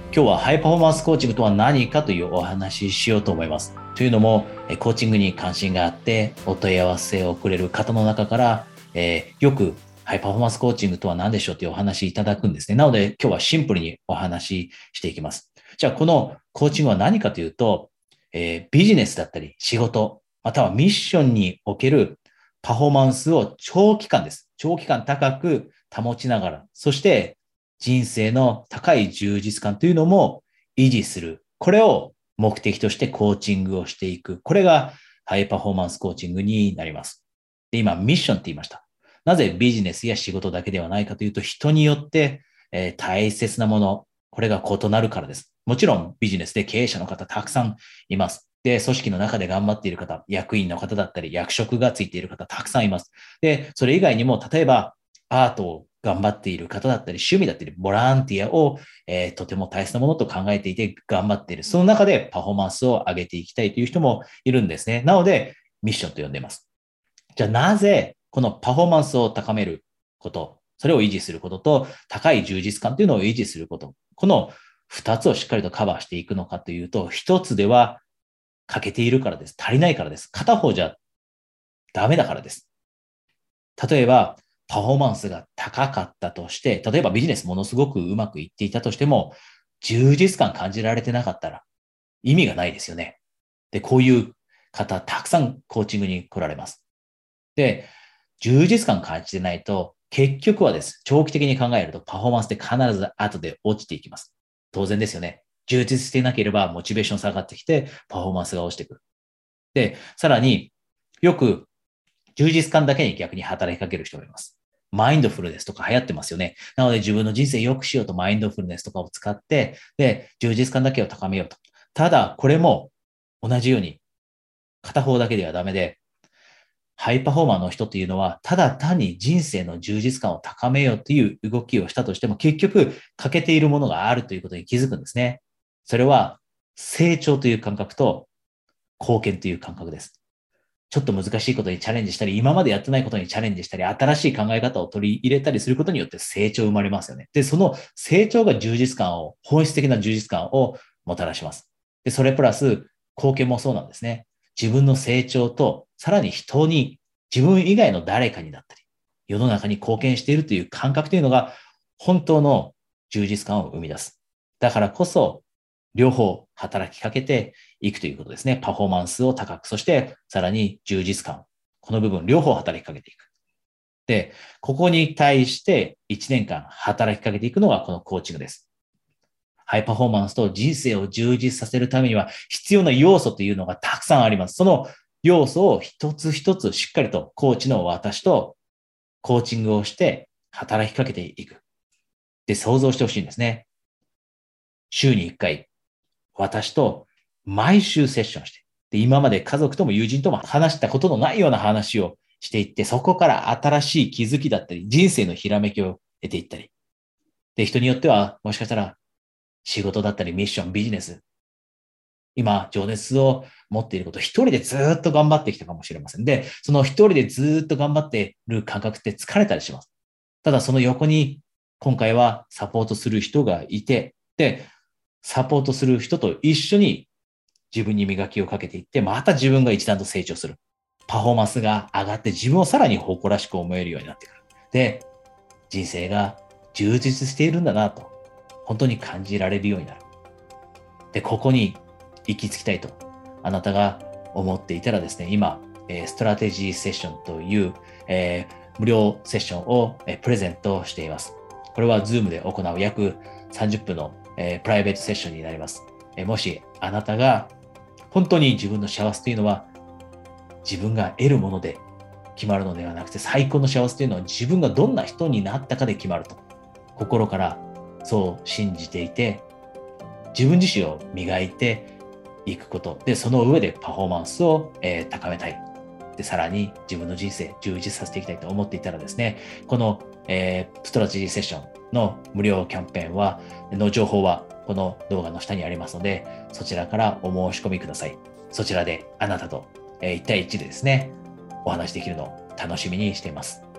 今日はハイパフォーマンスコーチングとは何かというお話ししようと思います。というのも、コーチングに関心があってお問い合わせをくれる方の中から、よくハイパフォーマンスコーチングとは何でしょうというお話いただくんですね。なので今日はシンプルにお話ししていきます。じゃあこのコーチングは何かというと、ビジネスだったり仕事、またはミッションにおけるパフォーマンスを長期間です。長期間高く保ちながら、そして人生の高い充実感というのも維持する。これを目的としてコーチングをしていく。これがハイパフォーマンスコーチングになります。で、今、ミッションって言いました。なぜビジネスや仕事だけではないかというと、人によって、大切なもの、これが異なるからです。もちろんビジネスで経営者の方たくさんいます。で、組織の中で頑張っている方、役員の方だったり、役職がついている方たくさんいます。で、それ以外にも、例えばアートを頑張っている方だったり、趣味だったり、ボランティアを、とても大切なものと考えていて頑張っている。その中でパフォーマンスを上げていきたいという人もいるんですね。なので、ミッションと呼んでいます。じゃあなぜこのパフォーマンスを高めること、それを維持することと、高い充実感というのを維持すること、この二つをしっかりとカバーしていくのかというと、一つでは欠けているからです。足りないからです。片方じゃダメだからです。例えば、パフォーマンスが高かったとして、例えばビジネスものすごくうまくいっていたとしても、充実感感じられてなかったら意味がないですよね。で、こういう方、たくさんコーチングに来られます。で、充実感感じてないと、結局はです。長期的に考えるとパフォーマンスって必ず後で落ちていきます。当然ですよね。充実していなければモチベーション下がってきて、パフォーマンスが落ちてくる。で、さらによく充実感だけに逆に働きかける人がいます。マインドフルネスとか流行ってますよね。なので自分の人生良くしようとマインドフルネスとかを使って、で、充実感だけを高めようと。ただ、これも同じように片方だけではダメで、ハイパフォーマーの人っていうのは、ただ単に人生の充実感を高めようという動きをしたとしても、結局欠けているものがあるということに気づくんですね。それは成長という感覚と貢献という感覚です。ちょっと難しいことにチャレンジしたり、今までやってないことにチャレンジしたり、新しい考え方を取り入れたりすることによって成長生まれますよね。で、その成長が充実感を、本質的な充実感をもたらします。で、それプラス貢献もそうなんですね。自分の成長と、さらに人に、自分以外の誰かにだったり、世の中に貢献しているという感覚というのが、本当の充実感を生み出す。だからこそ、両方働きかけていくということですね。パフォーマンスを高く、そしてさらに充実感。この部分両方働きかけていく。で、ここに対して1年間働きかけていくのがこのコーチングです。ハイパフォーマンスと人生を充実させるためには必要な要素というのがたくさんあります。その要素を一つ一つしっかりとコーチの私とコーチングをして働きかけていく。で、想像してほしいんですね。週に1回私と毎週セッションして、で、今まで家族とも友人とも話したことのないような話をしていって、そこから新しい気づきだったり、人生のひらめきを得ていったり。で、人によっては、もしかしたら仕事だったりミッション、ビジネス、今、情熱を持っていること、一人でずっと頑張ってきたかもしれません。で、その一人でずっと頑張っている感覚って疲れたりします。ただその横に今回はサポートする人がいて、で、サポートする人と一緒に自分に磨きをかけていって、また自分が一段と成長する。パフォーマンスが上がって自分をさらに誇らしく思えるようになってくる。で、人生が充実しているんだなと、本当に感じられるようになる。で、ここに行き着きたいと、あなたが思っていたらですね、今、ストラテジーセッションという、無料セッションを、プレゼントしています。これは Zoom で行う約30分の、プライベートセッションになります。もしあなたが本当に自分の幸せというのは自分が得るもので決まるのではなくて、最高の幸せというのは自分がどんな人になったかで決まると、心からそう信じていて、自分自身を磨いていくことで、その上でパフォーマンスを、高めたい。で、さらに自分の人生充実させていきたいと思っていたらですね、この、ストラテジーセッションの無料キャンペーンの情報はこの動画の下にありますので、そちらからお申し込みください。そちらであなたと、1対1でですね、お話できるのを楽しみにしています。